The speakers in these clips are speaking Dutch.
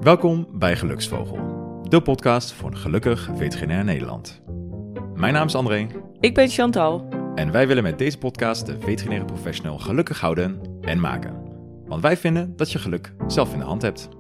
Welkom bij Geluksvogel, de podcast voor een gelukkig veterinair Nederland. Mijn naam is André. Ik ben Chantal. En wij willen met deze podcast de veterinaire professional gelukkig houden en maken. Want wij vinden dat je geluk zelf in de hand hebt.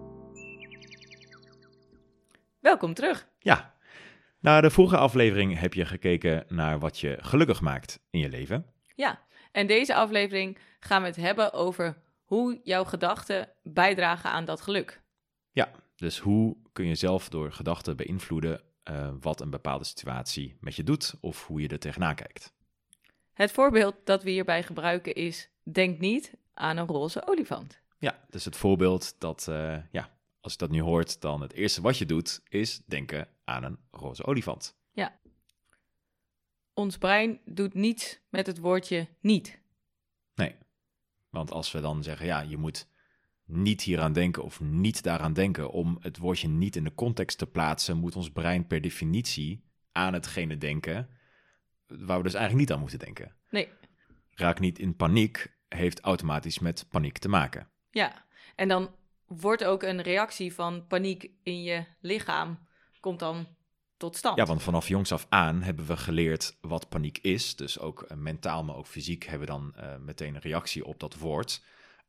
Welkom terug. Ja, na de vorige aflevering heb je gekeken naar wat je gelukkig maakt in je leven. Ja, en deze aflevering gaan we het hebben over hoe jouw gedachten bijdragen aan dat geluk. Ja, dus hoe kun je zelf door gedachten beïnvloeden wat een bepaalde situatie met je doet of hoe je er tegenaan kijkt. Het voorbeeld dat we hierbij gebruiken is: denk niet aan een roze olifant. Ja, dus het voorbeeld dat, als je dat nu hoort, dan het eerste wat je doet is denken aan een roze olifant. Ja. Ons brein doet niets met het woordje niet. Nee, want als we dan zeggen, ja, je moet niet hieraan denken of niet daaraan denken, om het woordje niet in de context te plaatsen, moet ons brein per definitie aan hetgene denken waar we dus eigenlijk niet aan moeten denken. Nee. Raak niet in paniek heeft automatisch met paniek te maken. Ja, en dan wordt ook een reactie van paniek in je lichaam, komt dan tot stand. Ja, want vanaf jongs af aan hebben we geleerd wat paniek is. Dus ook mentaal, maar ook fysiek hebben we dan meteen een reactie op dat woord.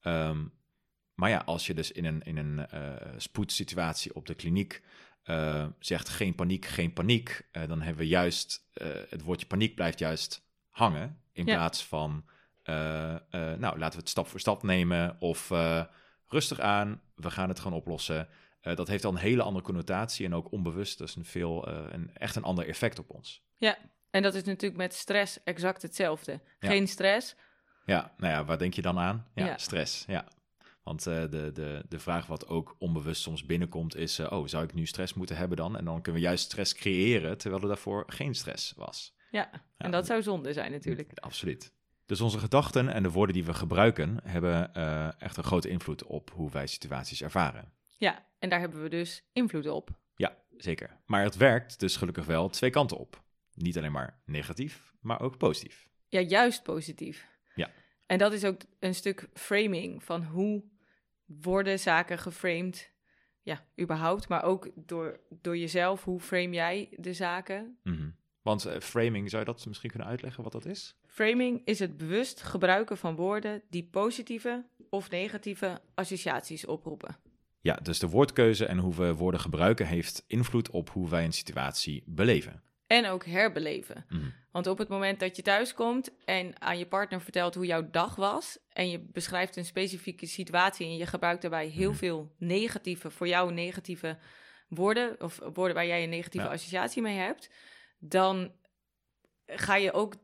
Maar ja, als je dus in een spoedsituatie op de kliniek zegt geen paniek, dan hebben we juist, het woordje paniek blijft juist hangen. In plaats van, laten we het stap voor stap nemen of rustig aan, we gaan het gewoon oplossen. Dat heeft dan een hele andere connotatie en ook onbewust dus echt een ander effect op ons. Ja, en dat is natuurlijk met stress exact hetzelfde. Geen stress. Ja, nou ja, waar denk je dan aan? Ja, Ja. Stress, ja. Want de vraag wat ook onbewust soms binnenkomt is, zou ik nu stress moeten hebben dan? En dan kunnen we juist stress creëren, terwijl er daarvoor geen stress was. Ja, en dat zou zonde zijn natuurlijk. Absoluut. Dus onze gedachten en de woorden die we gebruiken hebben echt een grote invloed op hoe wij situaties ervaren. Ja, en daar hebben we dus invloed op. Ja, zeker. Maar het werkt dus gelukkig wel twee kanten op. Niet alleen maar negatief, maar ook positief. Ja, juist positief. Ja. En dat is ook een stuk framing van hoe worden zaken geframed, ja, überhaupt, maar ook door jezelf. Hoe frame jij de zaken? Mm-hmm. Want framing, zou je dat misschien kunnen uitleggen wat dat is? Framing is het bewust gebruiken van woorden die positieve of negatieve associaties oproepen. Ja, dus de woordkeuze en hoe we woorden gebruiken heeft invloed op hoe wij een situatie beleven. En ook herbeleven. Mm-hmm. Want op het moment dat je thuis komt en aan je partner vertelt hoe jouw dag was en je beschrijft een specifieke situatie en je gebruikt daarbij heel veel negatieve, voor jou negatieve woorden of woorden waar jij een negatieve associatie mee hebt, dan ga je ook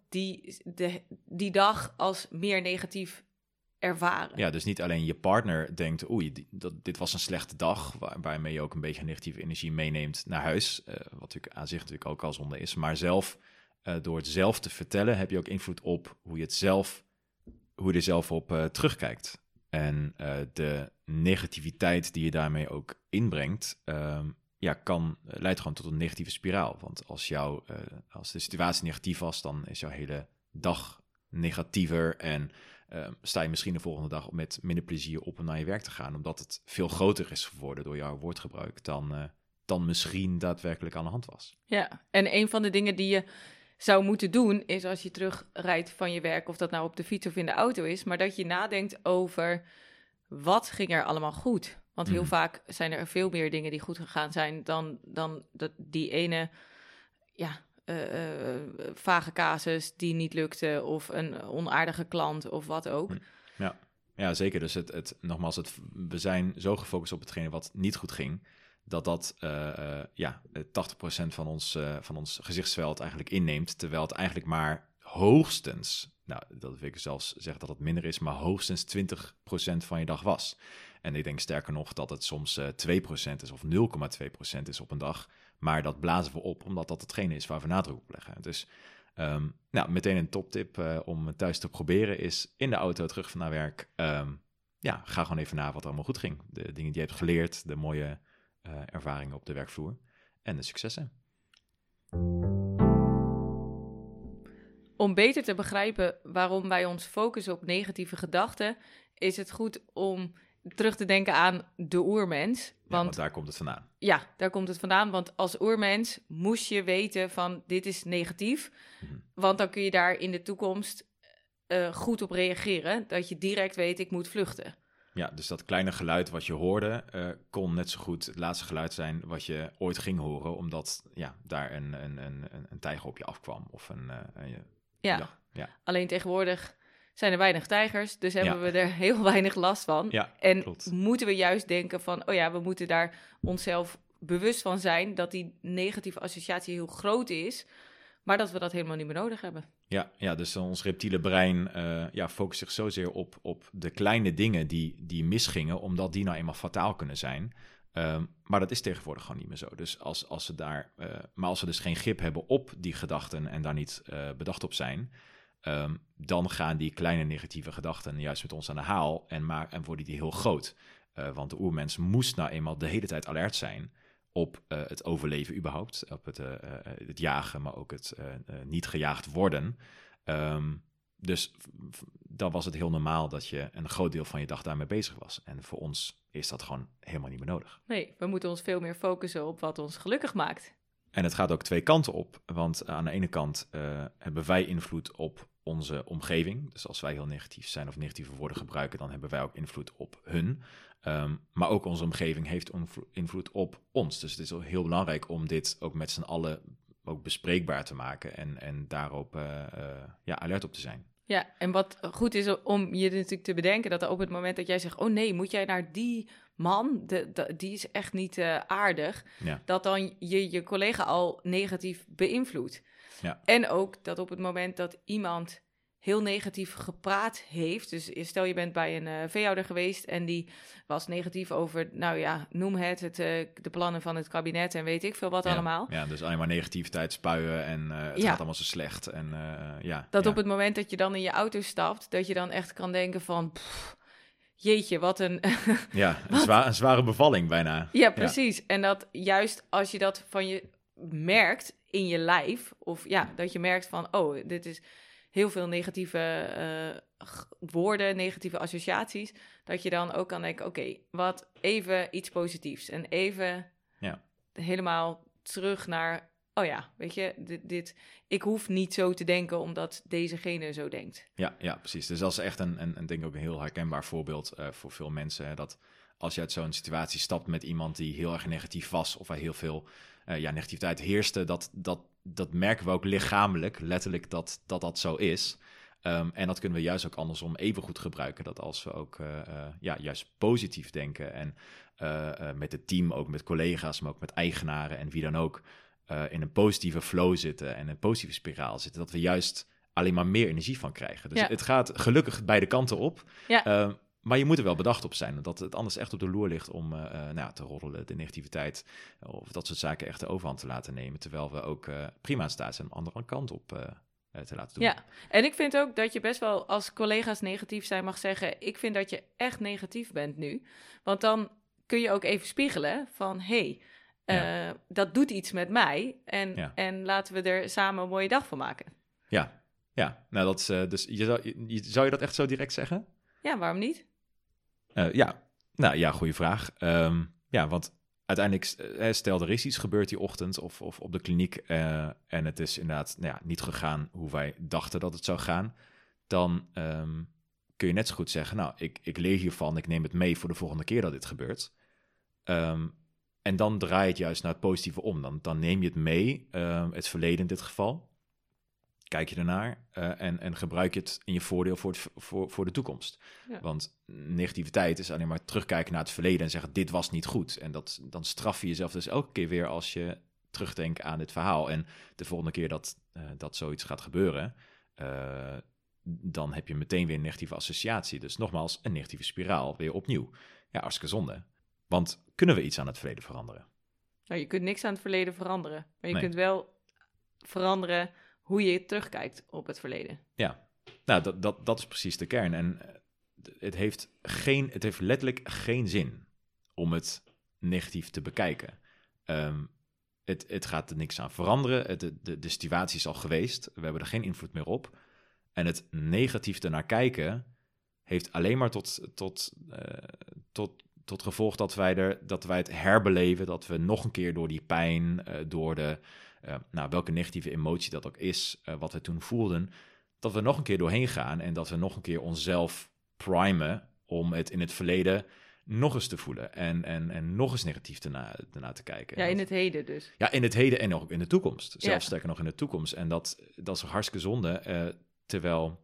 die dag als meer negatief ervaren. Ja, dus niet alleen je partner denkt, dit was een slechte dag, waarmee je ook een beetje negatieve energie meeneemt naar huis, wat natuurlijk aan zich natuurlijk ook al zonde is, maar zelf, door het zelf te vertellen, heb je ook invloed op hoe je er zelf op terugkijkt. En de negativiteit die je daarmee ook inbrengt, leidt gewoon tot een negatieve spiraal. Want als de situatie negatief was, dan is jouw hele dag negatiever en sta je misschien de volgende dag met minder plezier op om naar je werk te gaan, omdat het veel groter is geworden door jouw woordgebruik dan misschien daadwerkelijk aan de hand was. Ja, en een van de dingen die je zou moeten doen, is als je terugrijdt van je werk, of dat nou op de fiets of in de auto is, maar dat je nadenkt over wat ging er allemaal goed. Want heel vaak zijn er veel meer dingen die goed gegaan zijn dan die ene vage casus die niet lukte of een onaardige klant of wat ook. Ja, zeker. Dus nogmaals, we zijn zo gefocust op hetgene wat niet goed ging, dat 80% van ons gezichtsveld eigenlijk inneemt, terwijl het eigenlijk maar hoogstens, dat wil ik zelfs zeggen dat het minder is, maar hoogstens 20% van je dag was. En ik denk sterker nog dat het soms 2% is of 0,2% is op een dag, maar dat blazen we op, omdat dat hetgene is waar we nadruk op leggen. Dus meteen een toptip om thuis te proberen is in de auto terug naar werk, ga gewoon even na wat er allemaal goed ging. De dingen die je hebt geleerd, de mooie ervaringen op de werkvloer en de successen. Om beter te begrijpen waarom wij ons focussen op negatieve gedachten, is het goed om terug te denken aan de oermens. Want daar komt het vandaan. Ja, daar komt het vandaan. Want als oermens moest je weten van dit is negatief. Want dan kun je daar in de toekomst goed op reageren. Dat je direct weet, ik moet vluchten. Ja, dus dat kleine geluid wat je hoorde, kon net zo goed het laatste geluid zijn wat je ooit ging horen, omdat daar een tijger op je afkwam. Of ja, alleen tegenwoordig zijn er weinig tijgers, dus hebben we er heel weinig last van. Ja, en klopt. Moeten we juist denken van, we moeten daar onszelf bewust van zijn dat die negatieve associatie heel groot is, maar dat we dat helemaal niet meer nodig hebben. Ja, dus ons reptiele brein focust zich zozeer op de kleine dingen die misgingen, omdat die nou eenmaal fataal kunnen zijn. Maar dat is tegenwoordig gewoon niet meer zo. Dus als we dus geen grip hebben op die gedachten en daar niet bedacht op zijn, dan gaan die kleine negatieve gedachten juist met ons aan de haal en worden die heel groot. Want de oermens moest nou eenmaal de hele tijd alert zijn op het overleven überhaupt, op het jagen, maar ook het niet gejaagd worden. Dus dan was het heel normaal dat je een groot deel van je dag daarmee bezig was. En voor ons is dat gewoon helemaal niet meer nodig. Nee, we moeten ons veel meer focussen op wat ons gelukkig maakt. En het gaat ook twee kanten op, want aan de ene kant hebben wij invloed op onze omgeving. Dus als wij heel negatief zijn of negatieve woorden gebruiken, dan hebben wij ook invloed op hun. Maar ook onze omgeving heeft invloed op ons. Dus het is heel belangrijk om dit ook met z'n allen ook bespreekbaar te maken en daarop alert op te zijn. Ja, en wat goed is om je natuurlijk te bedenken, dat op het moment dat jij zegt, oh nee, moet jij naar die man, die is echt niet aardig, dat dan je collega al negatief beïnvloedt. Ja. En ook dat op het moment dat iemand heel negatief gepraat heeft, dus stel je bent bij een veehouder geweest en die was negatief over, noem de plannen van het kabinet en weet ik veel wat allemaal. Ja, dus alleen maar negativiteit spuien en het gaat allemaal zo slecht. En, op het moment dat je dan in je auto stapt, dat je dan echt kan denken van, jeetje, wat een... een zware bevalling bijna. Ja, precies. Ja. En dat juist als je dat van je merkt in je lijf, of dat je merkt van, dit is heel veel negatieve woorden, negatieve associaties, dat je dan ook kan denken, oké, wat even iets positiefs. En even helemaal terug naar, weet je, ik hoef niet zo te denken omdat dezegene zo denkt. Ja, precies. Dus dat is echt een denk ik ook een heel herkenbaar voorbeeld voor veel mensen. Hè, dat als je uit zo'n situatie stapt met iemand die heel erg negatief was, of waar heel veel negativiteit heerste, dat merken we ook lichamelijk, letterlijk, dat zo is. En dat kunnen we juist ook andersom even goed gebruiken. Dat als we ook juist positief denken en met het team, ook met collega's, maar ook met eigenaren en wie dan ook, in een positieve flow zitten en een positieve spiraal zitten, dat we juist alleen maar meer energie van krijgen. Dus het gaat gelukkig beide kanten op. Ja. Maar je moet er wel bedacht op zijn, dat het anders echt op de loer ligt om te roddelen, de negativiteit of dat soort zaken echt de overhand te laten nemen. Terwijl we ook prima in staat zijn om de andere kant op te laten doen. Ja, en ik vind ook dat je best wel als collega's negatief zijn mag zeggen, ik vind dat je echt negatief bent nu. Want dan kun je ook even spiegelen van, dat doet iets met mij en laten we er samen een mooie dag van maken. Ja. Nou, dat is, dus zou je dat echt zo direct zeggen? Ja, waarom niet? Goede vraag. Want uiteindelijk, stel er is iets gebeurd die ochtend of op de kliniek en het is inderdaad niet gegaan hoe wij dachten dat het zou gaan, dan kun je net zo goed zeggen, ik leer hiervan, ik neem het mee voor de volgende keer dat dit gebeurt. En dan draai je het juist naar het positieve om. Dan neem je het mee, het verleden in dit geval. Kijk je ernaar en gebruik je het in je voordeel voor de toekomst. Ja. Want negativiteit is alleen maar terugkijken naar het verleden en zeggen, dit was niet goed. En dan straf je jezelf dus elke keer weer als je terugdenkt aan dit verhaal. En de volgende keer dat zoiets gaat gebeuren, dan heb je meteen weer een negatieve associatie. Dus nogmaals, een negatieve spiraal, weer opnieuw. Ja, hartstikke zonde. Want kunnen we iets aan het verleden veranderen? Nou, je kunt niks aan het verleden veranderen. Maar je kunt wel veranderen hoe je terugkijkt op het verleden. Ja, nou, dat is precies de kern. En het heeft letterlijk geen zin om het negatief te bekijken. Het gaat er niks aan veranderen. De situatie is al geweest. We hebben er geen invloed meer op. En het negatief ernaar kijken heeft alleen maar tot tot gevolg dat wij het herbeleven, dat we nog een keer door die pijn, door welke negatieve emotie dat ook is, wat we toen voelden, dat we nog een keer doorheen gaan en dat we nog een keer onszelf primen om het in het verleden nog eens te voelen en nog eens negatief ernaar te kijken. Ja, in het heden dus. Ja, in het heden en ook in de toekomst. Zelfs sterker nog in de toekomst. En dat is hartstikke zonde, terwijl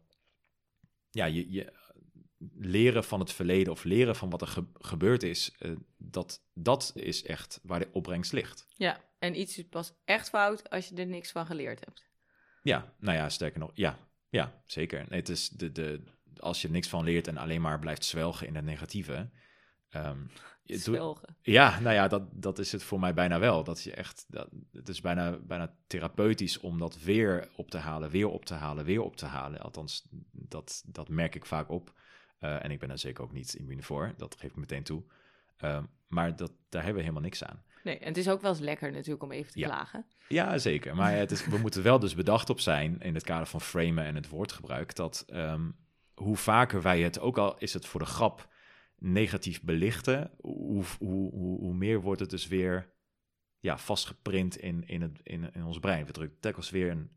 je leren van het verleden of leren van wat er gebeurd is, dat is echt waar de opbrengst ligt. Ja, en iets is pas echt fout als je er niks van geleerd hebt. Ja, nou ja, sterker nog, ja, zeker. Nee, het is als je er niks van leert en alleen maar blijft zwelgen in het negatieve. Zwelgen. Ja, nou ja, dat is het voor mij bijna wel. Dat je echt, het is bijna therapeutisch om dat weer op te halen. Althans, dat merk ik vaak op. En ik ben er zeker ook niet immuun voor, dat geef ik meteen toe. Maar daar hebben we helemaal niks aan. Nee, en het is ook wel eens lekker natuurlijk om even te klagen. Ja, zeker. Maar we moeten wel dus bedacht op zijn, in het kader van framen en het woordgebruik, dat hoe vaker wij het, ook al is het voor de grap, negatief belichten, hoe meer wordt het dus weer vastgeprint in ons brein. We drukken telkens weer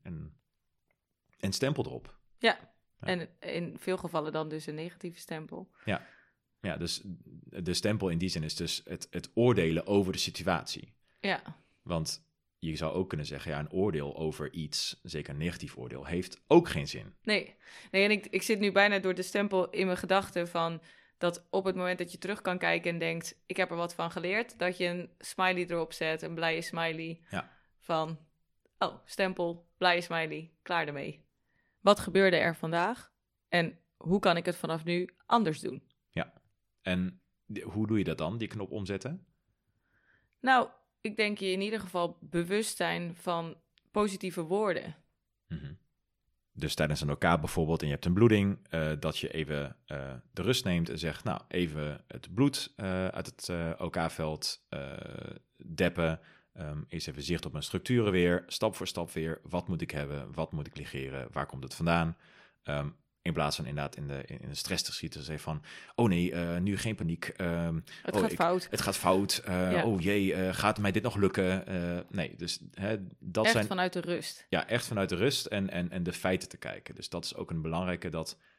een stempel erop. Ja, en in veel gevallen dan dus een negatieve stempel. Ja, dus de stempel in die zin is dus het oordelen over de situatie. Ja. Want je zou ook kunnen zeggen, een oordeel over iets, zeker een negatief oordeel, heeft ook geen zin. Nee, en ik zit nu bijna door de stempel in mijn gedachten van dat op het moment dat je terug kan kijken en denkt, ik heb er wat van geleerd, dat je een smiley erop zet, een blije smiley van, stempel, blije smiley, klaar ermee. Wat gebeurde er vandaag en hoe kan ik het vanaf nu anders doen? Ja, en hoe doe je dat dan, die knop omzetten? Nou, ik denk je in ieder geval bewust zijn van positieve woorden. Mm-hmm. Dus tijdens een OK bijvoorbeeld en je hebt een bloeding, dat je even de rust neemt en zegt, nou, even het bloed uit het OK-veld deppen. Eerst even zicht op mijn structuren weer, stap voor stap weer. Wat moet ik hebben? Wat moet ik ligeren? Waar komt het vandaan? In plaats van inderdaad in de stress te schieten. Zeggen van, oh nee, nu geen paniek. Het gaat fout. Het gaat fout. Oh jee, gaat mij dit nog lukken? Nee, dus dat echt zijn... vanuit de rust. Ja, echt vanuit de rust en de feiten te kijken. Dus dat is ook een belangrijke,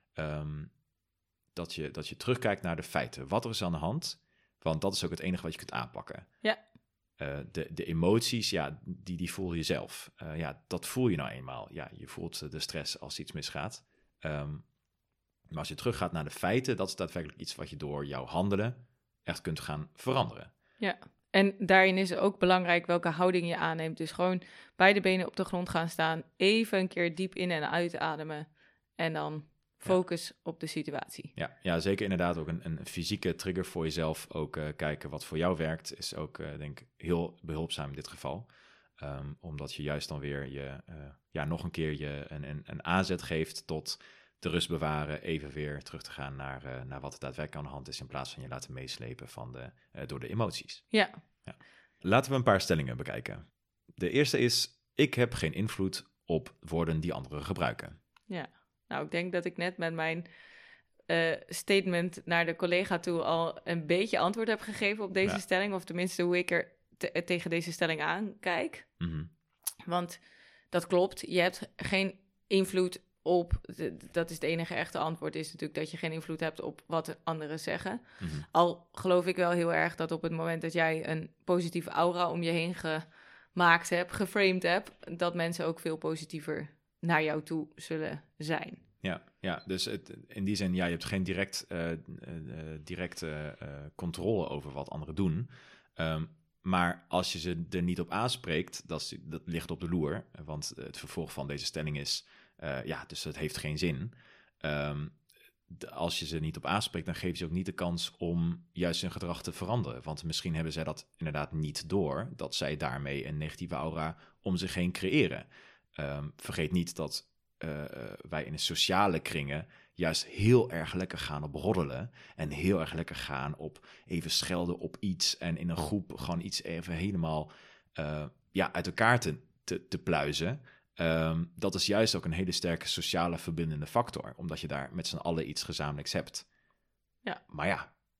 dat je terugkijkt naar de feiten. Wat er is aan de hand, want dat is ook het enige wat je kunt aanpakken. Ja. De emoties, die voel je zelf. Dat voel je nou eenmaal. Ja, je voelt de stress als iets misgaat. Maar als je teruggaat naar de feiten, dat is daadwerkelijk iets wat je door jouw handelen echt kunt gaan veranderen. Ja, en daarin is het ook belangrijk welke houding je aanneemt. Dus gewoon beide benen op de grond gaan staan, even een keer diep in- en uitademen en dan focus op de situatie. Ja, zeker inderdaad ook een fysieke trigger voor jezelf. Ook kijken wat voor jou werkt, is ook denk ik heel behulpzaam in dit geval. Omdat je juist dan weer nog een keer een aanzet geeft tot de rust bewaren, even weer terug te gaan naar wat er daadwerkelijk aan de hand is, in plaats van je laten meeslepen door de emoties. Ja. Laten we een paar stellingen bekijken. De eerste is, ik heb geen invloed op woorden die anderen gebruiken. Ja, nou ik denk dat ik net met mijn statement naar de collega toe al een beetje antwoord heb gegeven op deze stelling, of tenminste hoe ik er tegen deze stelling aankijk. Mm-hmm. Want dat klopt, je hebt geen invloed op, dat is het enige echte antwoord, is natuurlijk dat je geen invloed hebt op wat anderen zeggen. Mm-hmm. Al geloof ik wel heel erg dat op het moment dat jij een positieve aura om je heen gemaakt hebt, geframed hebt, dat mensen ook veel positiever naar jou toe zullen zijn. Ja, dus in die zin, je hebt geen directe controle over wat anderen doen. Maar als je ze er niet op aanspreekt, dat ligt op de loer. Want het vervolg van deze stelling is, dus het heeft geen zin. Als je ze niet op aanspreekt, dan geef je ook niet de kans om juist hun gedrag te veranderen. Want misschien hebben zij dat inderdaad niet door, dat zij daarmee een negatieve aura om zich heen creëren. Vergeet niet dat wij in de sociale kringen juist heel erg lekker gaan op roddelen en heel erg lekker gaan op even schelden op iets en in een groep gewoon iets even helemaal uit elkaar te pluizen. Dat is juist ook een hele sterke sociale verbindende factor, omdat je daar met z'n allen iets gezamenlijks hebt. Ja. Maar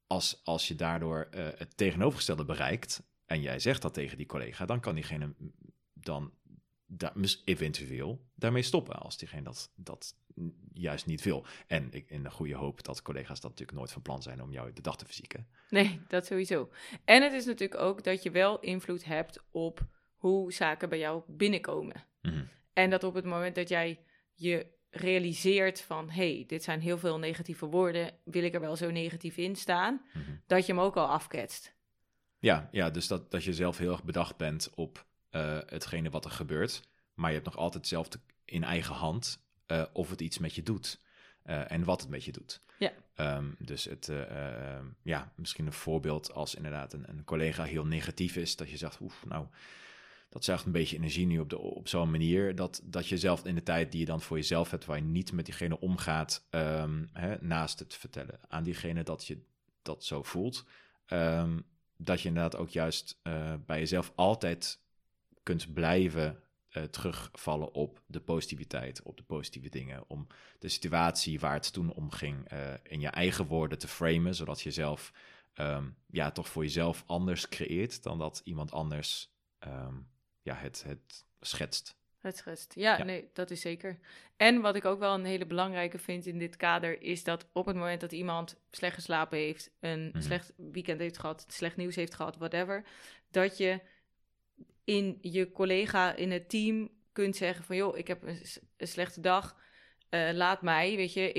als je daardoor het tegenovergestelde bereikt en jij zegt dat tegen die collega, dan kan diegene dan eventueel daarmee stoppen als diegene dat juist niet wil. En in de goede hoop dat collega's dat natuurlijk nooit van plan zijn om jou de dag te verzieken. Nee, dat sowieso. En het is natuurlijk ook dat je wel invloed hebt op hoe zaken bij jou binnenkomen. Mm-hmm. En dat op het moment dat jij je realiseert van, hey, dit zijn heel veel negatieve woorden, wil ik er wel zo negatief in staan, dat je hem ook al afketst. Ja, dus dat je zelf heel erg bedacht bent op hetgene wat er gebeurt, maar je hebt nog altijd zelf in eigen hand of het iets met je doet en wat het met je doet. Ja. Dus misschien een voorbeeld als inderdaad een collega heel negatief is, dat je zegt, dat zuigt een beetje energie nu op zo'n manier, dat je zelf in de tijd die je dan voor jezelf hebt, waar je niet met diegene omgaat, naast het vertellen aan diegene dat je dat zo voelt, dat je inderdaad ook juist bij jezelf altijd kunt blijven terugvallen op de positiviteit, op de positieve dingen, om de situatie waar het toen om ging in je eigen woorden te framen, zodat je zelf toch voor jezelf anders creëert dan dat iemand anders het schetst. Het schetst, ja, nee, dat is zeker. En wat ik ook wel een hele belangrijke vind in dit kader, is dat op het moment dat iemand slecht geslapen heeft, een slecht weekend heeft gehad, slecht nieuws heeft gehad, whatever, dat je in je collega, in het team kunt zeggen van, joh, ik heb een slechte dag, laat mij, weet je,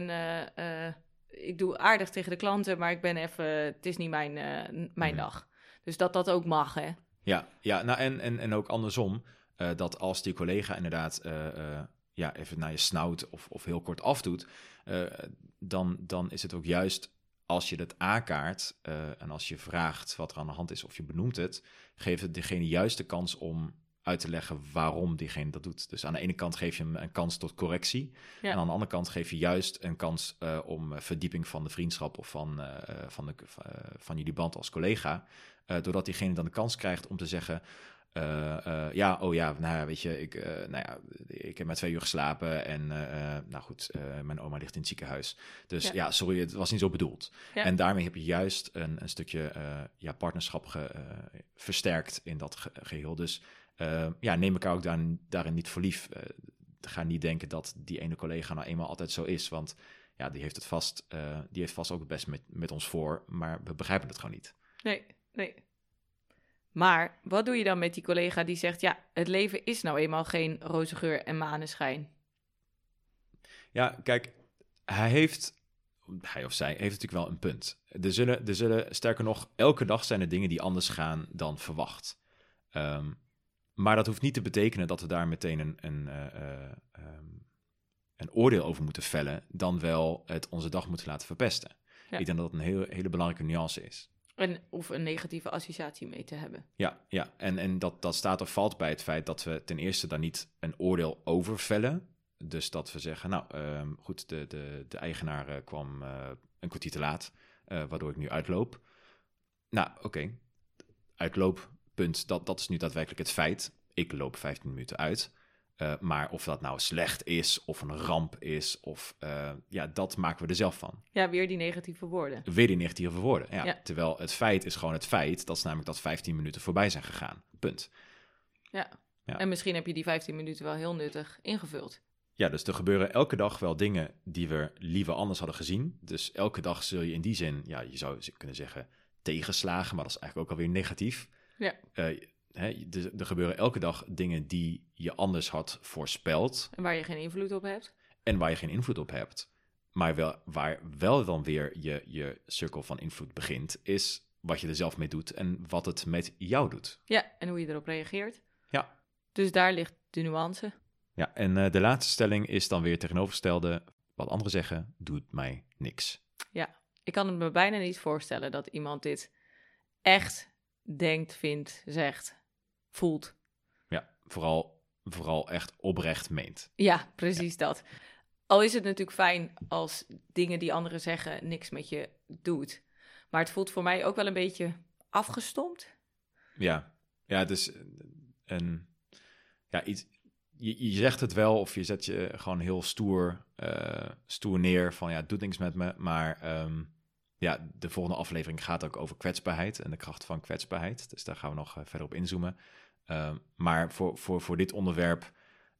ik doe aardig tegen de klanten, maar ik ben even, het is niet mijn dag. Dus dat ook mag, hè. Ja, nou en ook andersom, dat als die collega inderdaad even naar je snauwt of heel kort afdoet, dan is het ook juist als je dat aankaart en als je vraagt wat er aan de hand is of je benoemt het, geeft het diegene juist de kans om uit te leggen waarom diegene dat doet. Dus aan de ene kant geef je hem een kans tot correctie. Ja. En aan de andere kant geef je juist een kans om verdieping van de vriendschap of van jullie band als collega. Doordat diegene dan de kans krijgt om te zeggen, weet je, ik heb maar 2 uur geslapen en mijn oma ligt in het ziekenhuis. Dus sorry, het was niet zo bedoeld. Ja. En daarmee heb je juist een stukje partnerschap versterkt in dat geheel. Dus neem elkaar ook daarin niet voor lief. Ga niet denken dat die ene collega nou eenmaal altijd zo is, want die heeft vast ook het best met ons voor, maar we begrijpen het gewoon niet. Nee. Maar wat doe je dan met die collega die zegt, het leven is nou eenmaal geen roze geur en maneschijn? Ja, kijk, hij of zij heeft natuurlijk wel een punt. Er zullen, sterker nog, elke dag zijn er dingen die anders gaan dan verwacht. Maar dat hoeft niet te betekenen dat we daar meteen een oordeel over moeten vellen, dan wel het onze dag moeten laten verpesten. Ja. Ik denk dat dat een hele belangrijke nuance is. Of een negatieve associatie mee te hebben. Ja. En dat staat of valt bij het feit dat we ten eerste dan niet een oordeel over vellen. Dus dat we zeggen, de eigenaar kwam een kwartier te laat, waardoor ik nu uitloop. Nou, oké. Uitlooppunt, dat is nu daadwerkelijk het feit. Ik loop 15 minuten uit. Maar of dat nou slecht is, of een ramp is, of dat maken we er zelf van. Ja, weer die negatieve woorden. Ja. Terwijl het feit is gewoon het feit, dat is namelijk dat 15 minuten voorbij zijn gegaan. Punt. Ja. En misschien heb je die 15 minuten wel heel nuttig ingevuld. Ja, dus er gebeuren elke dag wel dingen die we liever anders hadden gezien. Dus elke dag zul je in die zin, je zou kunnen zeggen tegenslagen, maar dat is eigenlijk ook alweer negatief. Ja. Er gebeuren elke dag dingen die je anders had voorspeld. En waar je geen invloed op hebt. Maar waar wel dan weer je cirkel van invloed begint, is wat je er zelf mee doet en wat het met jou doet. Ja, en hoe je erop reageert. Ja. Dus daar ligt de nuance. Ja, en de laatste stelling is dan weer tegenovergestelde. Wat anderen zeggen, doet mij niks. Ja, ik kan het me bijna niet voorstellen dat iemand dit echt denkt, vindt, zegt, voelt. Ja, vooral echt oprecht meent. Ja, precies dat. Al is het natuurlijk fijn als dingen die anderen zeggen niks met je doet. Maar het voelt voor mij ook wel een beetje afgestompt. Ja, het is iets. Je zegt het wel of je zet je gewoon heel stoer neer van het doet niks met me. Maar de volgende aflevering gaat ook over kwetsbaarheid en de kracht van kwetsbaarheid. Dus daar gaan we nog verder op inzoomen. Maar voor dit onderwerp,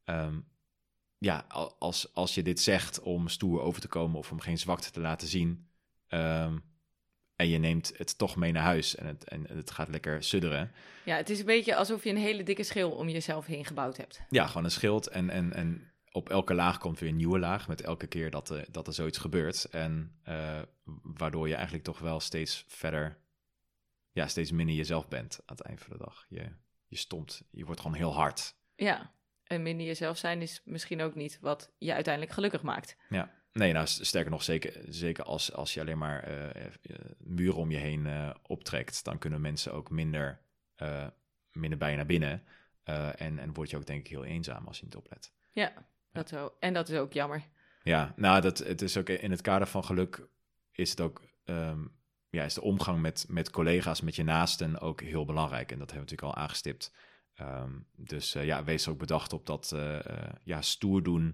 als je dit zegt om stoer over te komen of om geen zwakte te laten zien, en je neemt het toch mee naar huis en het gaat lekker sudderen. Ja, het is een beetje alsof je een hele dikke schil om jezelf heen gebouwd hebt. Ja, gewoon een schild en op elke laag komt weer een nieuwe laag met elke keer dat er zoiets gebeurt. En waardoor je eigenlijk toch wel steeds verder, steeds minder jezelf bent aan het eind van de dag. Je stomt, je wordt gewoon heel hard. Ja, en minder jezelf zijn is misschien ook niet wat je uiteindelijk gelukkig maakt. Ja, nee, nou sterker nog, zeker als je alleen maar muren om je heen optrekt, dan kunnen mensen ook minder bij je naar binnen. En word je ook denk ik heel eenzaam als je niet oplet. Ja, dat zo. En dat is ook jammer. Ja, nou, het is ook in het kader van geluk is het ook, is de omgang met collega's, met je naasten ook heel belangrijk. En dat hebben we natuurlijk al aangestipt. Dus wees er ook bedacht op dat stoer doen,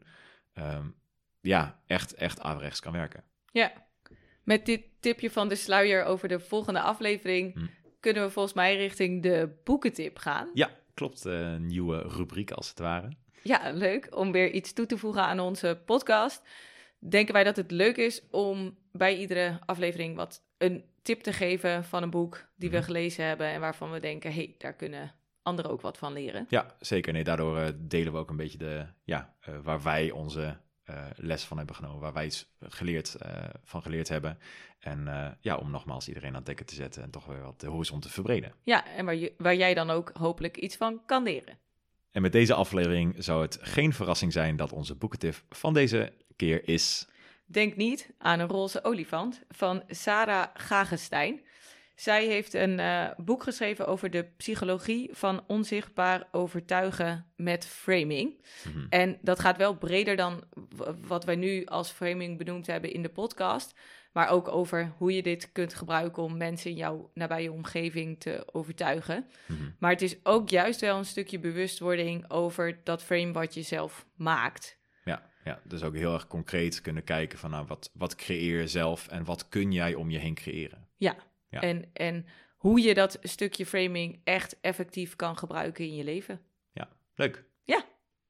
echt averechts kan werken. Ja. Met dit tipje van de sluier over de volgende aflevering kunnen we volgens mij richting de boekentip gaan. Ja, klopt. Een nieuwe rubriek als het ware. Ja, leuk om weer iets toe te voegen aan onze podcast. Denken wij dat het leuk is om bij iedere aflevering een tip te geven van een boek die we gelezen hebben en waarvan we denken, daar kunnen anderen ook wat van leren. Ja, zeker. Nee, daardoor delen we ook een beetje waar wij onze les van hebben genomen, waar wij iets van geleerd hebben. En om nogmaals iedereen aan het denken te zetten en toch weer wat de horizon te verbreden. Ja, en waar jij dan ook hopelijk iets van kan leren. En met deze aflevering zou het geen verrassing zijn dat onze boekentip van deze keer is... Denk niet aan een roze olifant van Sarah Gagestein. Zij heeft een boek geschreven over de psychologie van onzichtbaar overtuigen met framing. Mm-hmm. En dat gaat wel breder dan wat wij nu als framing benoemd hebben in de podcast. Maar ook over hoe je dit kunt gebruiken om mensen in jouw nabije omgeving te overtuigen. Mm-hmm. Maar het is ook juist wel een stukje bewustwording over dat frame wat je zelf maakt. Ja, dus ook heel erg concreet kunnen kijken van wat creëer je zelf en wat kun jij om je heen creëren. Ja. En hoe je dat stukje framing echt effectief kan gebruiken in je leven. Ja, leuk. Ja.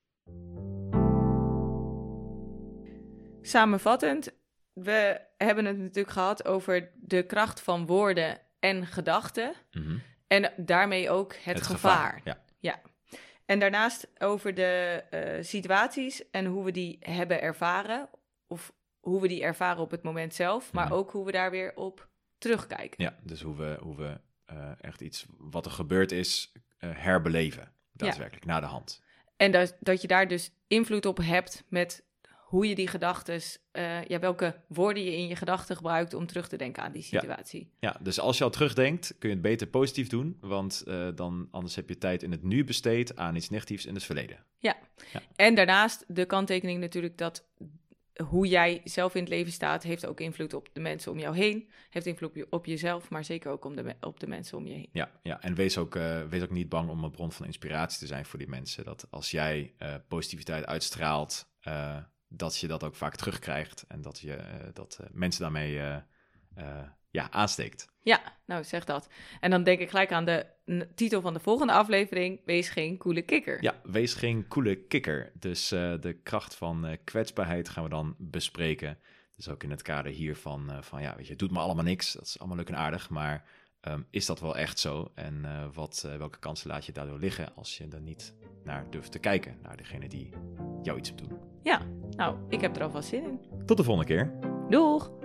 Samenvattend, we hebben het natuurlijk gehad over de kracht van woorden en gedachten. Mm-hmm. En daarmee ook het gevaar. Ja. En daarnaast over de situaties en hoe we die hebben ervaren. Of hoe we die ervaren op het moment zelf, maar ook hoe we daar weer op terugkijken. Ja, dus hoe we echt iets wat er gebeurd is herbeleven, daadwerkelijk, naar de hand. En dat je daar dus invloed op hebt met hoe je die gedachtes, welke woorden je in je gedachten gebruikt om terug te denken aan die situatie. Ja, dus als je al terugdenkt, kun je het beter positief doen, want anders heb je tijd in het nu besteed aan iets negatiefs in het verleden. Ja, en daarnaast de kanttekening natuurlijk dat hoe jij zelf in het leven staat, heeft ook invloed op de mensen om jou heen. Heeft invloed op jezelf, maar zeker ook op de mensen om je heen. Ja. En wees ook niet bang om een bron van inspiratie te zijn voor die mensen. Dat als jij positiviteit uitstraalt, dat je dat ook vaak terugkrijgt. En dat mensen daarmee aansteekt. Ja, nou zeg dat. En dan denk ik gelijk aan de titel van de volgende aflevering. Wees geen coole kikker. Ja, wees geen coole kikker. Dus de kracht van kwetsbaarheid gaan we dan bespreken. Dus ook in het kader hiervan het doet me allemaal niks. Dat is allemaal leuk en aardig, maar is dat wel echt zo? En welke kansen laat je daardoor liggen als je er niet naar durft te kijken? Naar degene die jou iets op doen. Ja, nou, ik heb er alvast zin in. Tot de volgende keer. Doeg!